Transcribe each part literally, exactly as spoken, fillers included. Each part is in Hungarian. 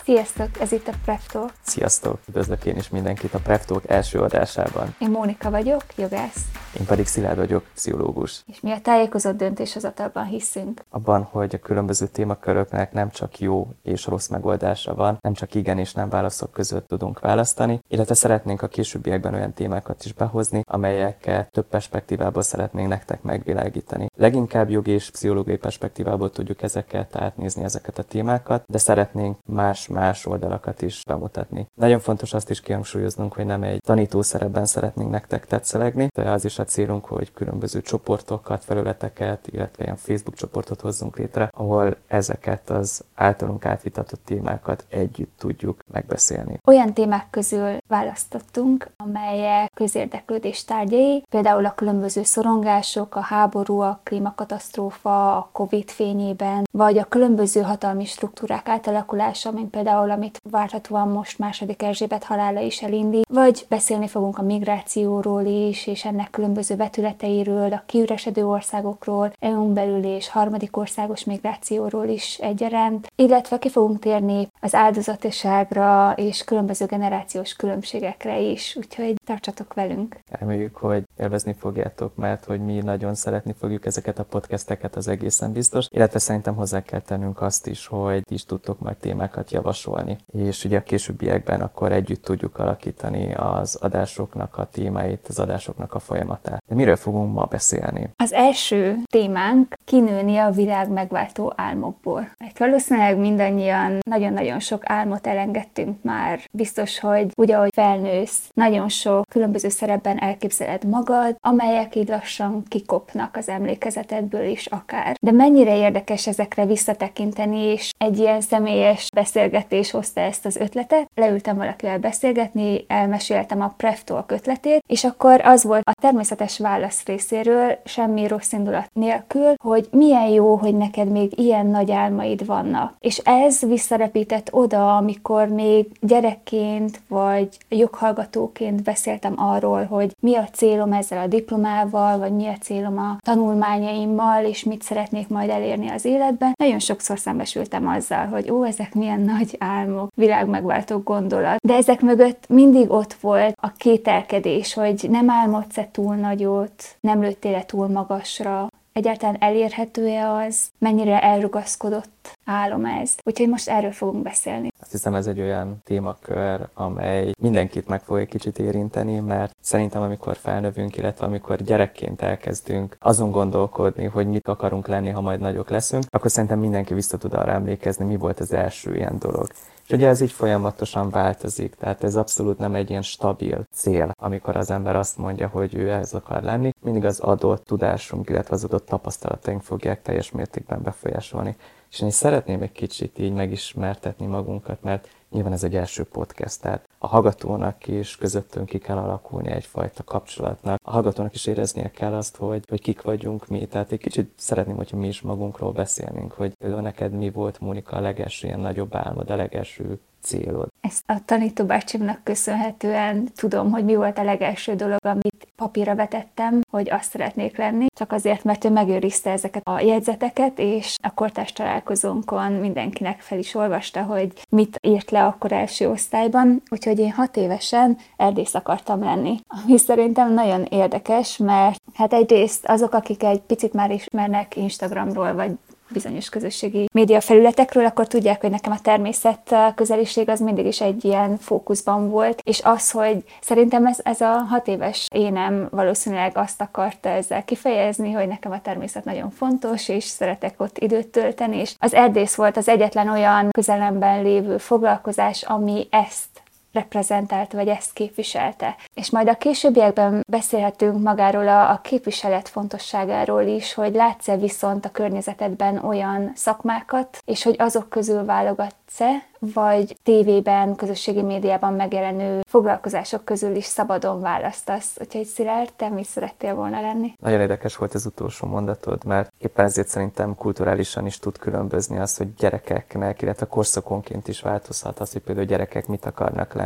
Sziasztok, ez itt a PrepTalk. Sziasztok, üdvözlök én is mindenkit a PrepTalk első adásában. Én Mónika vagyok, jogász. Én pedig Szilárd vagyok, pszichológus. És mi a tájékozott döntéshozatalban hiszünk. Abban, hogy a különböző témaköröknek nem csak jó és rossz megoldása van, nem csak igen és nem válaszok között tudunk választani, illetve szeretnénk a későbbiekben olyan témákat is behozni, amelyeket több perspektívából szeretnénk nektek megvilágítani. Leginkább jogi és pszichológiai perspektívából tudjuk ezeket átnézni, ezeket a témákat, de szeretnénk más-más oldalakat is bemutatni. Nagyon fontos azt is kihangsúlyoznunk, hogy nem egy tanító szerepben szeretnénk nektek tetszelegni, de az is a célunk, hogy különböző csoportokat, felületeket, illetve ilyen Facebook csoportot hozzunk létre, ahol ezeket az általunk átvitatott témákat együtt tudjuk megbeszélni. Olyan témák közül választottunk, amelyek közérdeklődés tárgyai, például a különböző szorongások, a háború, a klímakatasztrófa, a Covid fényében, vagy a különböző hatalmi struktúrák átalakulása, mint például, amit várhatóan most második Erzsébet halála is elindít, vagy beszélni fogunk a migrációról is, és ennek különböző vetületeiről, a kiüresedő országokról, é u-n belül és harmadik országos migrációról is egyaránt, illetve ki fogunk térni az áldozatiságra és különböző generációs különbségekre is, úgyhogy tartsatok velünk! Reméljük, hogy élvezni fogjátok, mert hogy mi nagyon szeretni fogjuk ezeket a podcasteket, az egészen biztos, illetve szerintem hozzá kell tennünk azt is, hogy is tudtok majd témákat javasolni, és ugye a későbbiekben akkor együtt tudjuk alakítani az adásoknak a témáit, az adásoknak a folyamatát. De miről fogunk ma beszélni? Az első témánk kinőni a világ megváltó álmokból. Mert valószínűleg mindannyian nagyon-nagyon sok álmot elengedtünk már. Biztos, hogy úgy, ahogy felnősz, nagyon sok különböző szerepben elképzeled magad, amelyek így lassan kikopnak az emlékezetedből is akár. De mennyire érdekes ezekre visszatekinteni, és egy ilyen személyes beszélgetés hozta ezt az ötletet. Leültem valakivel beszélgetni, elmeséltem a PrepTalk ötletét, és akkor az volt a természetes válasz részéről, semmi rossz indulat nélkül, hogy milyen jó, hogy neked még ilyen nagy álmaid vannak. És ez visszarepített oda, amikor még gyerekként vagy joghallgatóként beszéltem arról, hogy mi a célom ezzel a diplomával, vagy mi a célom a tanulmányaimmal, és mit szeretnék majd elérni az életben. Nagyon sokszor szembesültem azzal, hogy ó, ezek milyen nagy álmok, világmegváltó gondolat. De ezek mögött mindig ott volt a kételkedés, hogy nem álmodsz-e túl nagyot, nem lőttél-e túl magasra, egyáltalán elérhető-e az, mennyire elrugaszkodott álom ez. Úgyhogy most erről fogunk beszélni. Azt hiszem, ez egy olyan témakör, amely mindenkit meg fog egy kicsit érinteni, mert szerintem amikor felnövünk, illetve amikor gyerekként elkezdünk azon gondolkodni, hogy mit akarunk lenni, ha majd nagyok leszünk, akkor szerintem mindenki vissza tud arra emlékezni, mi volt az első ilyen dolog. És ugye ez így folyamatosan változik, tehát ez abszolút nem egy ilyen stabil cél, amikor az ember azt mondja, hogy ő ez akar lenni. Mindig az adott tudásunk, illetve az adott tapasztalataink fogják teljes mértékben befolyásolni. És én is szeretném egy kicsit így megismertetni magunkat, mert nyilván ez egy első podcast, tehát a hallgatónak is közöttünk ki kell alakulni egyfajta kapcsolatnak. A hallgatónak is éreznie kell azt, hogy, hogy kik vagyunk mi. Tehát egy kicsit szeretném, hogyha mi is magunkról beszélnénk, hogy például neked mi volt, Mónika, a legelső ilyen nagyobb álmod, a legelső célod. Ezt a tanítóbácsimnak köszönhetően tudom, hogy mi volt a legelső dolog, amit papírra vetettem, hogy azt szeretnék lenni, csak azért, mert ő megőrizte ezeket a jegyzeteket, és a kortárs találkozónkon mindenkinek fel is olvasta, hogy mit írt le akkor első osztályban, úgyhogy én hat évesen erdész akartam lenni. Ami szerintem nagyon érdekes, mert hát egyrészt azok, akik egy picit már ismernek Instagramról, vagy bizonyos közösségi média felületekről, akkor tudják, hogy nekem a természet közeliség az mindig is egy ilyen fókuszban volt, és az, hogy szerintem ez, ez a hat éves énem valószínűleg azt akarta ezzel kifejezni, hogy nekem a természet nagyon fontos, és szeretek ott időt tölteni, és az erdész volt az egyetlen olyan közelemben lévő foglalkozás, ami ezt reprezentált, vagy ezt képviselte. És majd a későbbiekben beszélhetünk magáról a, a képviselet fontosságáról is, hogy látsz-e viszont a környezetedben olyan szakmákat, és hogy azok közül válogatsz-e, vagy tévében, közösségi médiában megjelenő foglalkozások közül is szabadon választasz. Úgyhogy Szilárd, te mi szerettél volna lenni? Nagyon érdekes volt az utolsó mondatod, mert éppen ezért szerintem kulturálisan is tud különbözni az, hogy gyerekeknek, illetve korszakonként is változhat az, hogy például gyerekek mit akarnak lenni.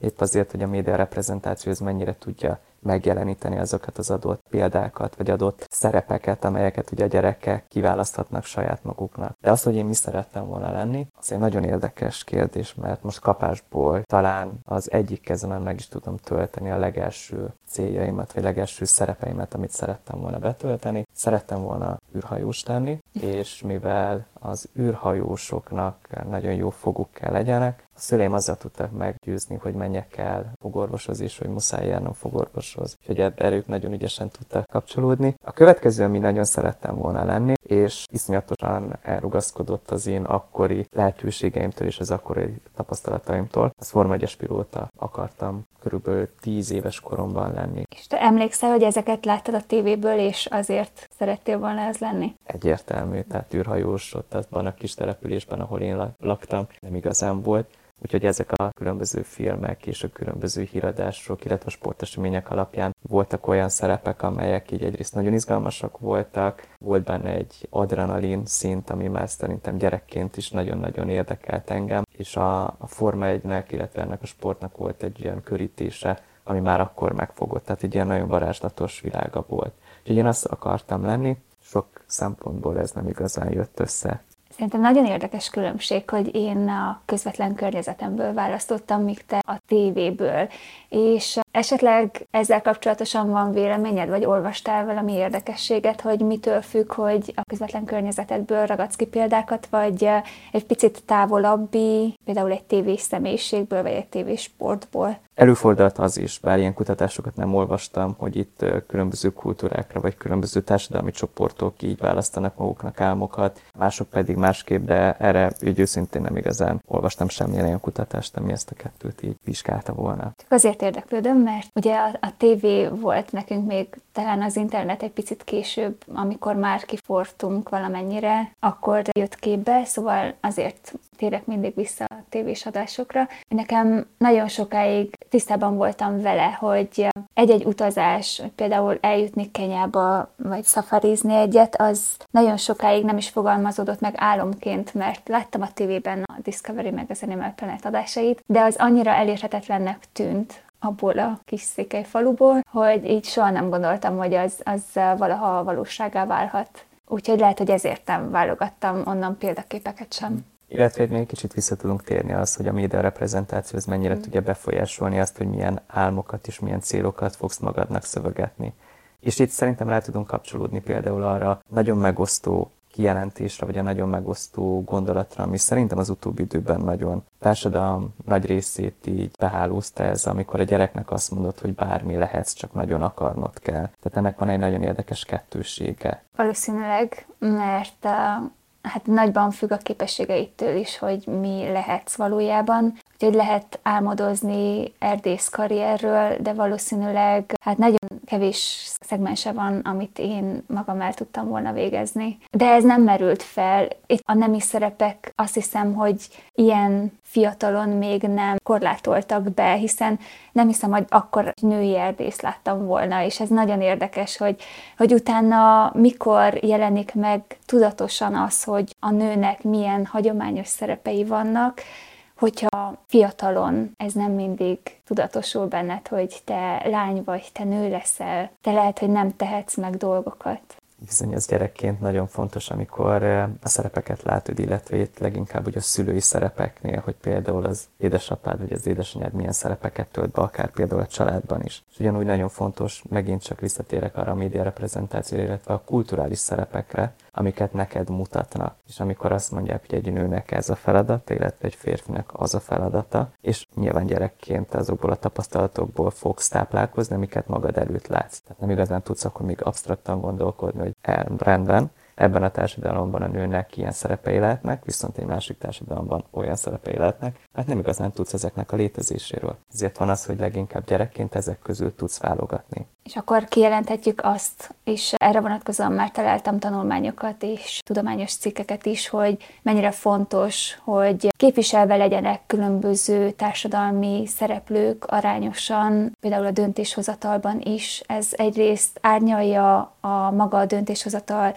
épp azért, hogy a média reprezentáció ez mennyire tudja megjeleníteni azokat az adott példákat, vagy adott szerepeket, amelyeket ugye a gyerekek kiválaszthatnak saját maguknak. De az, hogy én mi szerettem volna lenni, az egy nagyon érdekes kérdés, mert most kapásból talán az egyik kezemen meg is tudom tölteni a legelső céljaimat, vagy legelső szerepeimet, amit szerettem volna betölteni. Szerettem volna űrhajós lenni, és mivel az űrhajósoknak nagyon jó foguk kell legyenek, a szüleim azzal tudtak meggyőzni, hogy menjek el fogorvoshoz, és hogy muszáj járnom fogorvoshoz. Úgyhogy erre ők nagyon ügyesen tudtak kapcsolódni. A következő, ami nagyon szerettem volna lenni, és iszonyatosan elrugaszkodott az én akkori lehetőségeimtől és az akkori tapasztalataimtól, az Forma egyes pilóta akartam körülbelül tíz éves koromban lenni. És te emlékszel, hogy ezeket láttad a tévéből, és azért szerettél volna ez lenni? Egyértelmű, tehát űrhajós ott abban a kis településben, ahol én laktam, nem igazán volt. Úgyhogy ezek a különböző filmek és a különböző híradások, illetve a sportesemények alapján voltak olyan szerepek, amelyek így egyrészt nagyon izgalmasak voltak, volt benne egy adrenalin szint, ami már szerintem gyerekként is nagyon-nagyon érdekelt engem, és a, a Forma egynek, illetve ennek a sportnak volt egy olyan körítése, ami már akkor megfogott, tehát egy ilyen nagyon varázslatos világa volt. Úgyhogy én azt akartam lenni, sok szempontból ez nem igazán jött össze. Szerintem nagyon érdekes különbség, hogy én a közvetlen környezetemből választottam, míg te a tévéből. És esetleg ezzel kapcsolatosan van véleményed, vagy olvastál valami érdekességet, hogy mitől függ, hogy a közvetlen környezetedből ragadsz ki példákat, vagy egy picit távolabbi, például egy tévés személyiségből, vagy egy tévés sportból? Előfordult az is, bár ilyen kutatásokat nem olvastam, hogy itt különböző kultúrákra vagy különböző társadalmi csoportok így választanak maguknak álmokat, mások pedig másképp, de erre úgy őszintén nem igazán olvastam semmilyen olyan kutatást, ami ezt a kettőt így vizsgálta volna. Csak azért érdeklődöm, mert ugye a, a tévé volt nekünk még talán az internet egy picit később, amikor már kifortunk valamennyire, akkor jött képbe, szóval azért térek mindig vissza a tévés adásokra. Nekem nagyon sokáig tisztában voltam vele, hogy egy-egy utazás, például eljutni Kenyába, vagy szafarizni egyet, az nagyon sokáig nem is fogalmazódott meg álomként, mert láttam a tévében a Discovery meg az Animal Planet adásait, de az annyira elérhetetlennek tűnt abból a kis székely faluból, hogy így soha nem gondoltam, hogy az, az valaha valóságá válhat. Úgyhogy lehet, hogy ezért nem válogattam onnan példaképeket sem. Illetve még kicsit vissza tudunk térni az, hogy a média reprezentáció ez mennyire mm. tudja befolyásolni azt, hogy milyen álmokat és milyen célokat fogsz magadnak szövegetni. És itt szerintem rá tudunk kapcsolódni például arra nagyon megosztó kijelentésre, vagy a nagyon megosztó gondolatra, ami szerintem az utóbbi időben nagyon társadalom nagy részét így behálózta ez, amikor a gyereknek azt mondod, hogy bármi lehetsz, csak nagyon akarnod kell. Tehát ennek van egy nagyon érdekes kettősége. Valószínűleg, mert uh... hát nagyban függ a képességeitől is, hogy mi lehetsz valójában. Úgyhogy lehet álmodozni erdész karrierről, de valószínűleg hát nagyon kevés szegmense van, amit én magam el tudtam volna végezni. De ez nem merült fel. Itt a nemi szerepek azt hiszem, hogy ilyen fiatalon még nem korlátoltak be, hiszen nem hiszem, hogy akkor női erdész láttam volna, és ez nagyon érdekes, hogy, hogy utána mikor jelenik meg tudatosan az, hogy a nőnek milyen hagyományos szerepei vannak, hogyha fiatalon ez nem mindig tudatosul benned, hogy te lány vagy, te nő leszel, te lehet, hogy nem tehetsz meg dolgokat. Bizony, ez gyerekként nagyon fontos, amikor a szerepeket látod, illetve itt leginkább ugye a szülői szerepeknél, hogy például az édesapád vagy az édesanyád milyen szerepeket tölt be, akár például a családban is. És ugyanúgy nagyon fontos, megint csak visszatérek arra a média reprezentációra, illetve a kulturális szerepekre, amiket neked mutatnak. És amikor azt mondják, hogy egy nőnek ez a feladata, illetve egy férfinek az a feladata, és nyilván gyerekként azokból a tapasztalatokból fogsz táplálkozni, amiket magad előtt látsz. Tehát nem igazán tudsz akkor még absztraktan gondolkodni, hogy el, rendben, ebben a társadalomban a nőnek ilyen szerepei lehetnek, viszont egy másik társadalomban olyan szerepei lehetnek, hát nem igazán tudsz ezeknek a létezéséről. Ezért van az, hogy leginkább gyerekként ezek közül tudsz válogatni. És akkor kijelenthetjük azt, és erre vonatkozóan már találtam tanulmányokat és tudományos cikkeket is, hogy mennyire fontos, hogy képviselve legyenek különböző társadalmi szereplők arányosan, például a döntéshozatalban is. Ez egyrészt árnyalja a maga a döntéshozatal eljárását,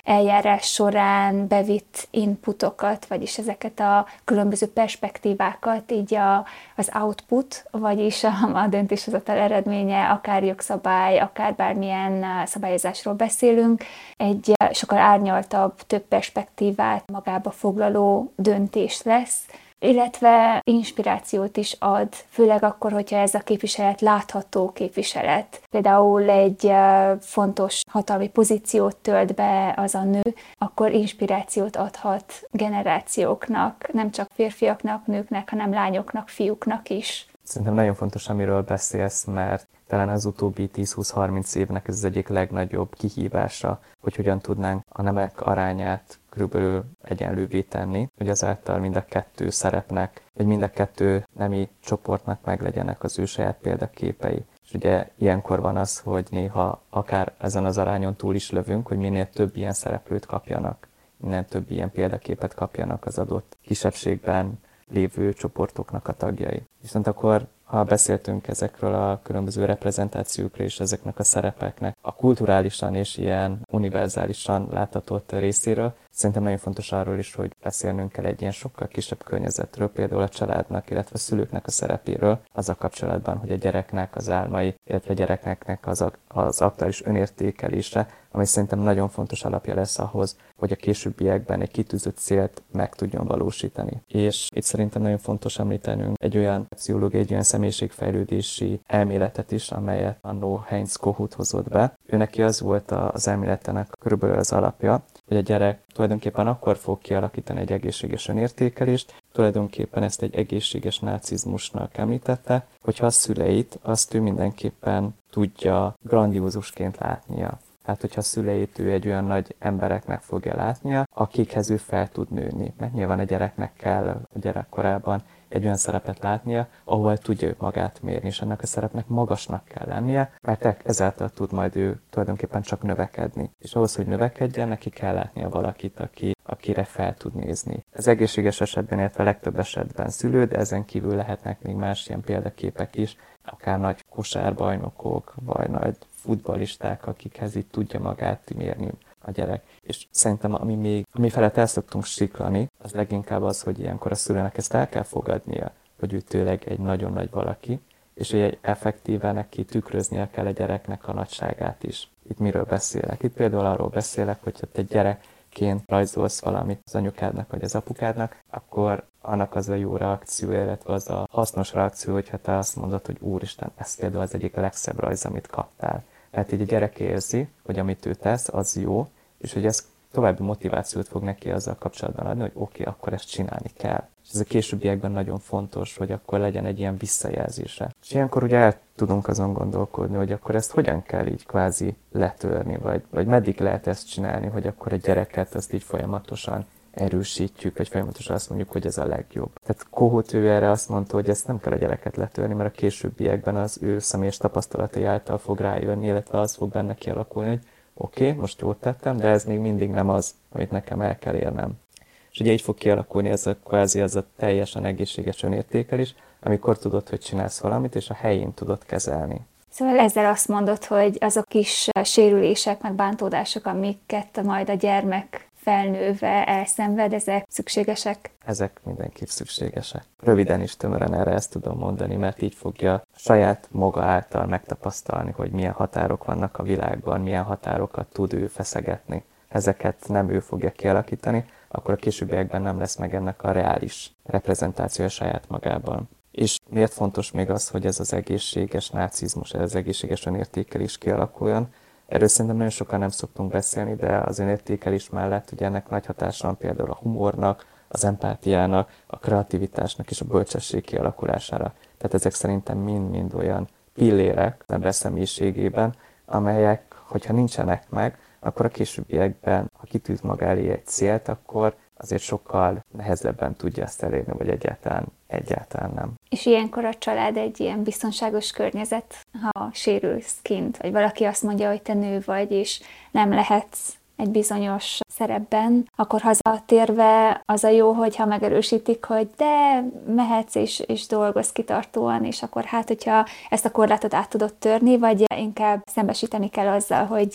eljárás során bevitt inputokat, vagyis ezeket a különböző perspektívákat, így a, az output, vagyis a, a döntéshozatal eredménye, akár jogszabály, akár bármilyen szabályozásról beszélünk, egy sokkal árnyaltabb, több perspektívát magába foglaló döntés lesz, illetve inspirációt is ad, főleg akkor, hogyha ez a képviselet látható képviselet. Például egy fontos hatalmi pozíciót tölt be az a nő, akkor inspirációt adhat generációknak, nem csak férfiaknak, nőknek, hanem lányoknak, fiúknak is. Szerintem nagyon fontos, amiről beszélsz, mert talán az utóbbi tíz-húsz-harminc évnek ez az egyik legnagyobb kihívása, hogy hogyan tudnánk a nemek arányát körülbelül egyenlővé tenni, hogy azáltal mind a kettő szerepnek, vagy mind a kettő nemi csoportnak meglegyenek az ő saját példaképei. És ugye ilyenkor van az, hogy néha akár ezen az arányon túl is lövünk, hogy minél több ilyen szereplőt kapjanak, minél több ilyen példaképet kapjanak az adott kisebbségben lévő csoportoknak a tagjai. Viszont akkor, ha beszéltünk ezekről a különböző reprezentációkra és ezeknek a szerepeknek a kulturálisan és ilyen univerzálisan láthatott részéről, szerintem nagyon fontos arról is, hogy beszélnünk kell egy ilyen sokkal kisebb környezetről, például a családnak, illetve a szülőknek a szerepéről, az a kapcsolatban, hogy a gyereknek az álmai, illetve a gyereknek az, az aktuális önértékelése, ami szerintem nagyon fontos alapja lesz ahhoz, hogy a későbbiekben egy kitűzött célt meg tudjon valósítani. És itt szerintem nagyon fontos említenünk egy olyan pszichológiai, egy olyan személyiségfejlődési elméletet is, amelyet annó Heinz Kohut hozott be. Ő neki az volt az elméletenek körülbelül az alapja, hogy a gyerek tulajdonképpen akkor fog kialakítani egy egészséges önértékelést, tulajdonképpen ezt egy egészséges narcizmusnak említette, hogyha a szüleit azt ő mindenképpen tudja grandiózusként látnia. Tehát, hogyha a szüleit ő egy olyan nagy embereknek fogja látnia, akikhez ő fel tud nőni. Mert nyilván a gyereknek kell a gyerekkorában egy olyan szerepet látnia, ahol tudja ő magát mérni, és ennek a szerepnek magasnak kell lennie, mert ezáltal tud majd ő tulajdonképpen csak növekedni. És ahhoz, hogy növekedjen, neki kell látnia valakit, aki, akire fel tud nézni. Ez egészséges esetben, illetve legtöbb esetben szülő, de ezen kívül lehetnek még más ilyen példaképek is, akár nagy kosárbajnokok, vagy nagy futballisták, akikhez itt tudja magát mérni a gyerek. És szerintem, ami még, ami felett el szoktunk siklani, az leginkább az, hogy ilyenkor a szülőnek ezt el kell fogadnia, hogy ő tényleg egy nagyon nagy valaki, és hogy egy effektíven neki tükröznie kell a gyereknek a nagyságát is. Itt miről beszélek? Itt például arról beszélek, hogy ha te gyerekként rajzolsz valamit az anyukádnak vagy az apukádnak, akkor annak az a jó reakció, illetve az a hasznos reakció, hogyha te azt mondod, hogy úristen, ez például az egyik legszebb rajz, amit kaptál. Mert így a gyerek érzi, hogy amit ő tesz, az jó, és hogy ez további motivációt fog neki azzal kapcsolatban adni, hogy oké, okay, akkor ezt csinálni kell. És ez a későbbiekben nagyon fontos, hogy akkor legyen egy ilyen visszajelzése. És ilyenkor ugye el tudunk azon gondolkodni, hogy akkor ezt hogyan kell így kvázi letörni, vagy, vagy meddig lehet ezt csinálni, hogy akkor a gyereket azt így folyamatosan erősítjük, vagy folyamatosan azt mondjuk, hogy ez a legjobb. Tehát Kohut ő erre azt mondta, hogy ezt nem kell a gyereket letörni, mert a későbbiekben az ő személyes tapasztalatai által fog rájönni, illetve az fog benne kialakulni, hogy oké, okay, most jót tettem, de ez még mindig nem az, amit nekem el kell érnem. És ugye így fog kialakulni ez a kvázi az a teljesen egészséges önértékelés, amikor tudod, hogy csinálsz valamit, és a helyén tudod kezelni. Szóval ezzel azt mondod, hogy azok kis sérülések, meg bántódások, amiket majd a gyermek felnőve elszenved, ezek szükségesek? Ezek mindenképp szükségesek. Röviden is tömören erre ezt tudom mondani, mert így fogja saját maga által megtapasztalni, hogy milyen határok vannak a világban, milyen határokat tud ő feszegetni. Ezeket nem ő fogja kialakítani, akkor a későbbiekben nem lesz meg ennek a reális reprezentációja saját magában. És miért fontos még az, hogy ez az egészséges narcizmus, ez az egészséges önértékelés kialakuljon? Erről szerintem nagyon sokan nem szoktunk beszélni, de az önértékelés mellett ugye ennek nagy hatása van például a humornak, az empátiának, a kreativitásnak és a bölcsesség kialakulására. Tehát ezek szerintem mind-mind olyan pillérek az ember személyiségében, amelyek, hogyha nincsenek meg, akkor a későbbiekben, ha kitűz maga elé egy célt, akkor azért sokkal nehezebben tudja ezt elérni, vagy egyáltalán, egyáltalán nem. És ilyenkor a család egy ilyen biztonságos környezet, ha sérülsz kint, vagy valaki azt mondja, hogy te nő vagy, és nem lehetsz egy bizonyos szerepben, akkor hazatérve az a jó, hogyha megerősítik, hogy de mehetsz és, és dolgozz kitartóan, és akkor hát, hogyha ezt a korlátot át tudod törni, vagy inkább szembesíteni kell azzal, hogy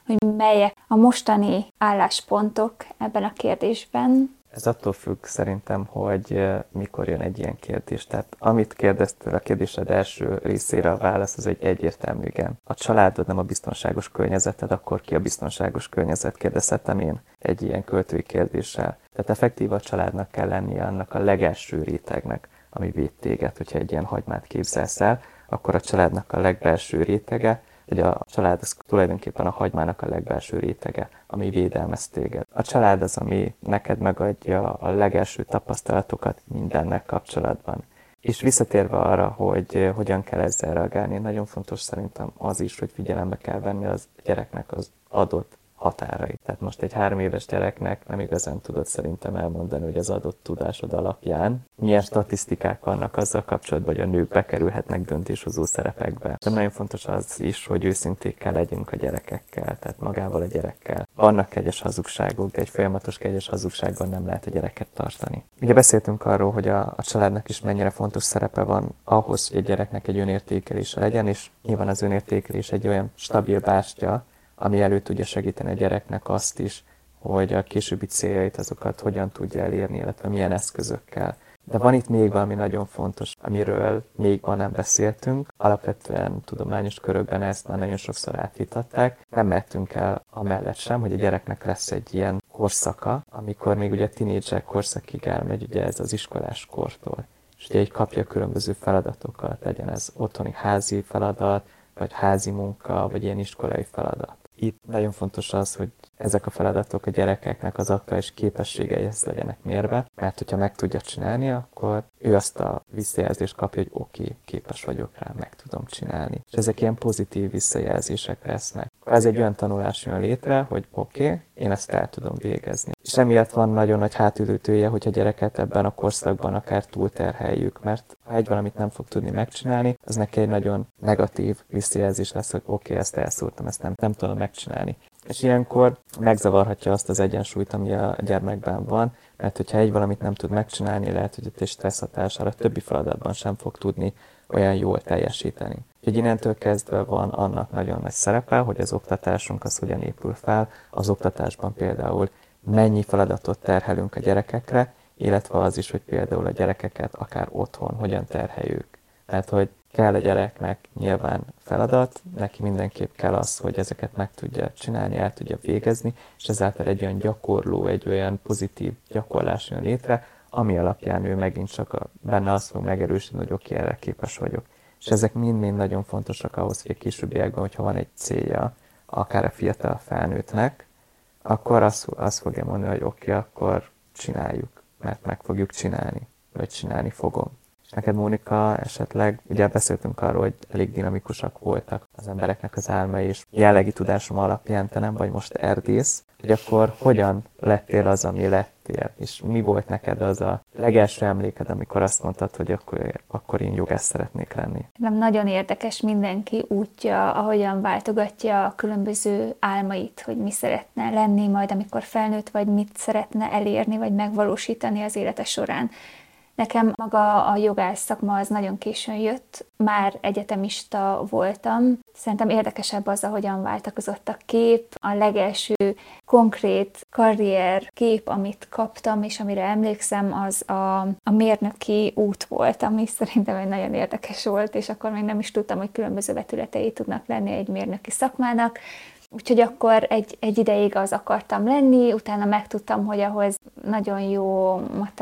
hogy melyek a mostani álláspontok ebben a kérdésben. Ez attól függ szerintem, hogy mikor jön egy ilyen kérdés. Tehát amit kérdeztél a kérdésed első részére, a válasz az egy egyértelmű igen. A családod nem a biztonságos környezeted, akkor ki a biztonságos környezet, kérdezhetem én egy ilyen költői kérdéssel. Tehát effektív a családnak kell lennie annak a legelső rétegnek, ami véd téged. Hogyha egy ilyen hagymát képzelsz el, akkor a családnak a legbelső rétege, hogy a család az tulajdonképpen a hagymának a legbelső rétege, ami védelmez téged. A család az, ami neked megadja a legelső tapasztalatokat mindennek kapcsolatban. És visszatérve arra, hogy hogyan kell ezzel reagálni, nagyon fontos szerintem az is, hogy figyelembe kell venni az gyereknek az adott határait. Tehát most egy három éves gyereknek nem igazán tudod szerintem elmondani, hogy az adott tudásod alapján milyen statisztikák vannak azzal kapcsolatban, hogy a nők bekerülhetnek döntéshozó szerepekbe. De nagyon fontos az is, hogy őszinték legyünk a gyerekekkel, tehát magával a gyerekkel. Vannak kegyes hazugságok, de egy folyamatos kegyes hazugságban nem lehet a gyereket tartani. Ugye beszéltünk arról, hogy a, a családnak is mennyire fontos szerepe van ahhoz, hogy a gyereknek egy önértékelése legyen, és nyilván az önértékelés egy olyan stabil bástya, ami elő tudja segíteni a gyereknek azt is, hogy a későbbi céljait azokat hogyan tudja elérni, illetve milyen eszközökkel. De van itt még valami nagyon fontos, amiről még ma nem beszéltünk. Alapvetően tudományos körökben ezt már nagyon sokszor átvitatták. Nem mehetünk el amellett sem, hogy a gyereknek lesz egy ilyen korszaka, amikor még ugye a tinédzser korszakig elmegy, ugye ez az iskolás kortól. És ugye így kapja különböző feladatokat, legyen ez otthoni házi feladat, vagy házi munka, vagy ilyen iskolai feladat. Itt nagyon fontos az, hogy ezek a feladatok a gyerekeknek az aktuális képességeihez legyenek mérve, mert hogyha meg tudja csinálni, akkor ő azt a visszajelzést kapja, hogy oké, okay, képes vagyok rá, meg tudom csinálni. És ezek ilyen pozitív visszajelzések lesznek. Ez egy olyan tanulás jön létre, hogy oké, okay, én ezt el tudom végezni. És emiatt van nagyon nagy hátulütője, hogy a gyereket ebben a korszakban akár túlterheljük, mert ha egy valamit nem fog tudni megcsinálni, az neki egy nagyon negatív visszajelzés lesz, hogy oké, okay, ezt elszúrtam, ezt nem, nem tudom megcsinálni. És ilyenkor megzavarhatja azt az egyensúlyt, ami a gyermekben van, mert hogyha egy valamit nem tud megcsinálni, lehet, hogy egy stressz hatására többi feladatban sem fog tudni olyan jól teljesíteni. Úgyhogy innentől kezdve van annak nagyon nagy szerepe, hogy az oktatásunk az hogyan épül fel, az oktatásban például mennyi feladatot terhelünk a gyerekekre, illetve az is, hogy például a gyerekeket akár otthon hogyan terheljük. Mert hogy kell a gyereknek nyilván feladat, neki mindenképp kell az, hogy ezeket meg tudja csinálni, el tudja végezni, és ezáltal egy olyan gyakorló, egy olyan pozitív gyakorlás jön létre, ami alapján ő megint csak a, benne azt fog megerősíteni, hogy oké, erre képes vagyok. És ezek mind-mind nagyon fontosak ahhoz, hogy a későbbiekben, hogyha van egy célja, akár a fiatal felnőttnek, akkor azt, azt fogja mondani, hogy oké, akkor csináljuk, mert meg fogjuk csinálni, vagy csinálni fogom. És neked, Mónika, esetleg, ugye beszéltünk arról, hogy elég dinamikusak voltak az embereknek az álmai, és jellegi tudásom alapján te nem vagy most erdész, hogy akkor hogyan lettél az, ami lettél, és mi volt neked az a legelső emléked, amikor azt mondtad, hogy akkor, akkor én jogász szeretnék lenni? Nem nagyon érdekes mindenki útja, ahogyan váltogatja a különböző álmait, hogy mi szeretne lenni majd, amikor felnőtt, vagy mit szeretne elérni, vagy megvalósítani az élete során. Nekem maga a jogász szakma az nagyon későn jött, már egyetemista voltam. Szerintem érdekesebb az, ahogyan váltakozott a kép. A legelső konkrét karrier kép, amit kaptam, és amire emlékszem, az a, a mérnöki út volt, ami szerintem egy nagyon érdekes volt, és akkor még nem is tudtam, hogy különböző vetületei tudnak lenni egy mérnöki szakmának. Úgyhogy akkor egy, egy ideig az akartam lenni, utána megtudtam, hogy ahhoz nagyon jó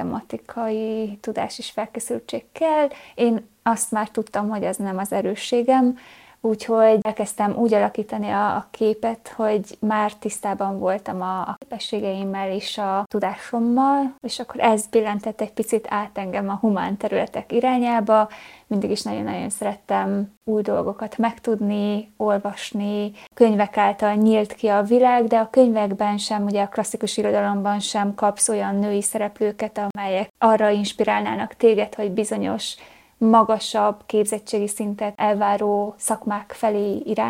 matematikai tudás és felkészültség kell. Én azt már tudtam, hogy ez nem az erősségem, úgyhogy elkezdtem úgy alakítani a, a képet, hogy már tisztában voltam a, a képességeimmel és a tudásommal, és akkor ez billentett egy picit át engem a humán területek irányába. Mindig is nagyon-nagyon szerettem új dolgokat megtudni, olvasni. Könyvek által nyílt ki a világ, de a könyvekben sem, ugye a klasszikus irodalomban sem kapsz olyan női szereplőket, amelyek arra inspirálnának téged, hogy bizonyos magasabb képzettségi szintet elváró szakmák felé irányulj.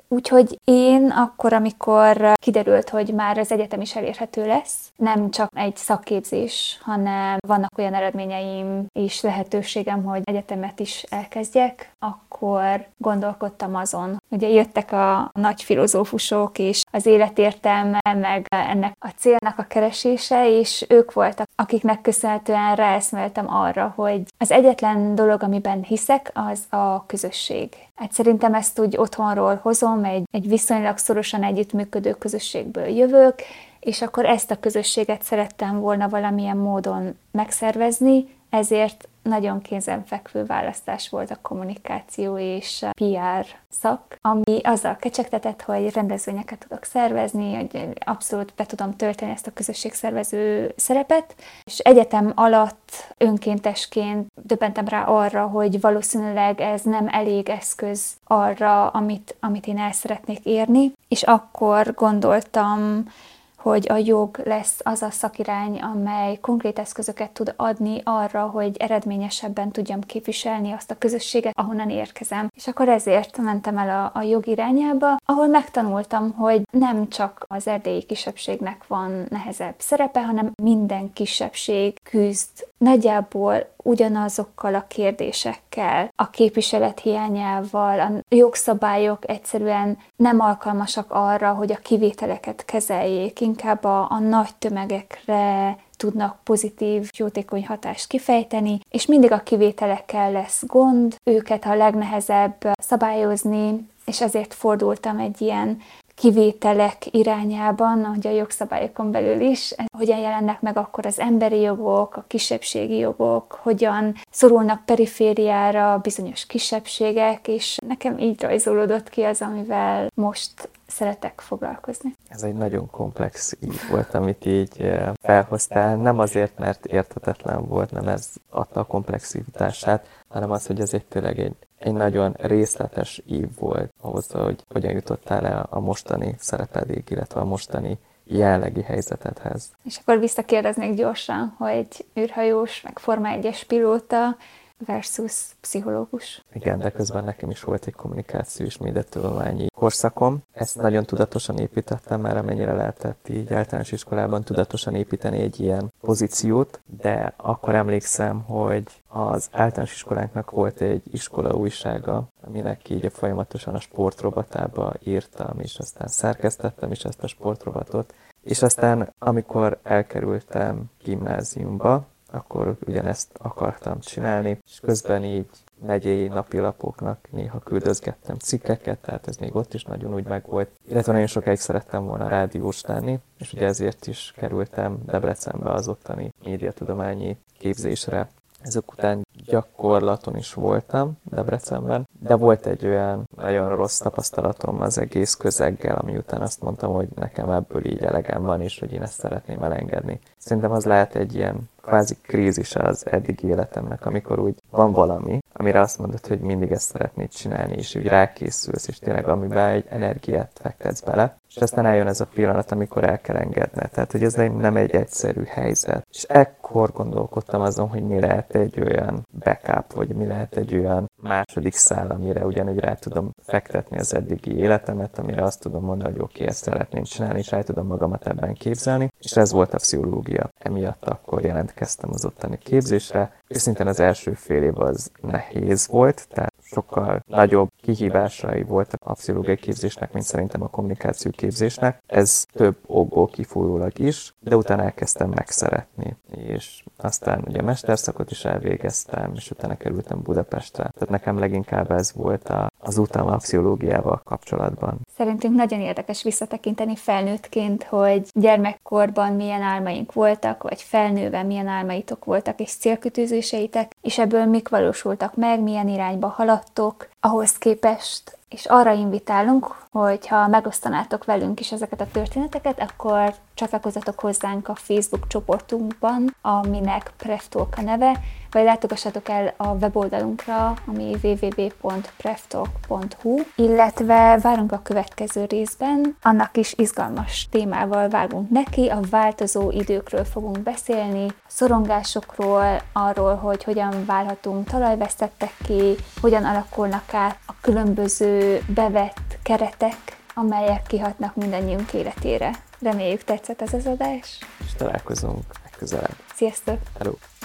Úgyhogy én akkor, amikor kiderült, hogy már az egyetem is elérhető lesz, nem csak egy szakképzés, hanem vannak olyan eredményeim és lehetőségem, hogy egyetemet is elkezdjek, akkor gondolkodtam azon. Ugye jöttek a nagy filozófusok, és az életértelme, meg ennek a célnak a keresése, és ők voltak, akiknek köszönhetően ráeszméltem arra, hogy az egyetlen dolog, amiben hiszek, az a közösség. Hát szerintem ezt úgy otthonról hozom, egy, egy viszonylag szorosan együttműködő közösségből jövök, és akkor ezt a közösséget szerettem volna valamilyen módon megszervezni, ezért nagyon kézenfekvő választás volt a kommunikáció és a pé er szak, ami azzal kecsegtetett, hogy rendezvényeket tudok szervezni, hogy abszolút be tudom tölteni ezt a közösségszervező szerepet, és egyetem alatt önkéntesként döbbentem rá arra, hogy valószínűleg ez nem elég eszköz arra, amit, amit én el szeretnék érni, és akkor gondoltam, hogy a jog lesz az a szakirány, amely konkrét eszközöket tud adni arra, hogy eredményesebben tudjam képviselni azt a közösséget, ahonnan érkezem. És akkor ezért mentem el a, a jog irányába, ahol megtanultam, hogy nem csak az erdélyi kisebbségnek van nehezebb szerepe, hanem minden kisebbség küzd nagyjából ugyanazokkal a kérdésekkel, a képviselet hiányával, a jogszabályok egyszerűen nem alkalmasak arra, hogy a kivételeket kezeljék, inkább a, a nagy tömegekre tudnak pozitív, jótékony hatást kifejteni, és mindig a kivételekkel lesz gond, őket a legnehezebb szabályozni, és ezért fordultam egy ilyen kivételek irányában, ahogy a jogszabályokon belül is, hogyan jelennek meg akkor az emberi jogok, a kisebbségi jogok, hogyan szorulnak perifériára bizonyos kisebbségek, és nekem így rajzolódott ki az, amivel most szeretek foglalkozni. Ez egy nagyon komplex ív volt, amit így felhoztál. Nem azért, mert érthetetlen volt, nem ez adta a komplexitását, hanem az, hogy ez egy tényleg egy, egy nagyon részletes ív volt ahhoz, hogy hogyan jutottál el a mostani szerepedéig, illetve a mostani jelenlegi helyzetedhez. És akkor visszakérdeznék gyorsan, hogy űrhajós, meg Forma egyes pilóta versus pszichológus. Igen, de közben nekem is volt egy kommunikáció és médiatudományi korszakom. Ezt nagyon tudatosan építettem, már amennyire lehetett így általános iskolában tudatosan építeni egy ilyen pozíciót, de akkor emlékszem, hogy az általános iskolánknak volt egy iskola újsága, aminek így folyamatosan a sportrovatába írtam, és aztán szerkesztettem is ezt a sportrovatot, és aztán amikor elkerültem gimnáziumba, akkor ugyanezt akartam csinálni, és közben így megyei napilapoknak néha küldözgettem cikkeket, tehát ez még ott is nagyon úgy megvolt. Illetve nagyon sokáig szerettem volna rádiós lenni, és ugye ezért is kerültem Debrecenbe az ottani médiatudományi képzésre. Ezek után gyakorlaton is voltam Debrecenben, de volt egy olyan nagyon rossz tapasztalatom az egész közeggel, ami után azt mondtam, hogy nekem ebből így elegem van, és hogy én ezt szeretném elengedni. Szerintem az lehet egy ilyen kvázi krízis az eddigi életemnek, amikor úgy van valami, amire azt mondod, hogy mindig ezt szeretnéd csinálni, és úgy rákészülsz, és tényleg amiben egy energiát fektetsz bele, és aztán eljön ez a pillanat, amikor el kell engedned. Tehát, hogy ez nem egy egyszerű helyzet. És ekkor gondolkodtam azon, hogy mi lehet egy olyan backup, vagy mi lehet egy olyan második szál, amire ugyanúgy rá tudom fektetni az eddigi életemet, amire azt tudom mondani, hogy oké, okay, ezt szeretném csinálni, és rá tudom magamat ebben képzelni, és ez volt a pszichológia. Emiatt akkor jelentkeztem az ottani képzésre. Őszintén az első fél év az nehéz volt, tehát sokkal nagyobb kihívásai voltak a pszichológiai képzésnek, mint szerintem a kommunikáció képzésnek. Ez több okból kifolyólag is, de utána elkezdtem megszeretni. És aztán ugye mesterszakot is elvégeztem, és utána kerültem Budapestre. Tehát nekem leginkább ez volt a, az utam a pszichológiával kapcsolatban. Szerintünk nagyon érdekes visszatekinteni felnőttként, hogy gyermekkorban milyen álmaink voltak, vagy felnőve milyen álmaitok voltak és célkitűzéseitek, és ebből mik valósultak meg, milyen irányba haladtok ahhoz képest, és arra invitálunk, hogy ha megosztanátok velünk is ezeket a történeteket, akkor csatlakozzatok hozzánk a Facebook csoportunkban, aminek Preftalk a neve, vagy látogassatok el a weboldalunkra, ami double-u double-u double-u pont preftalk pont hu, illetve várunk a következő részben, annak is izgalmas témával vágunk neki, a változó időkről fogunk beszélni, a szorongásokról, arról, hogy hogyan válhatunk talajvesztettekké, hogyan alakulnak át a különböző bevett keretek, amelyek kihatnak mindannyiunk életére. Reméljük tetszett ez az adás. És találkozunk legközelebb. Sziasztok! Hello!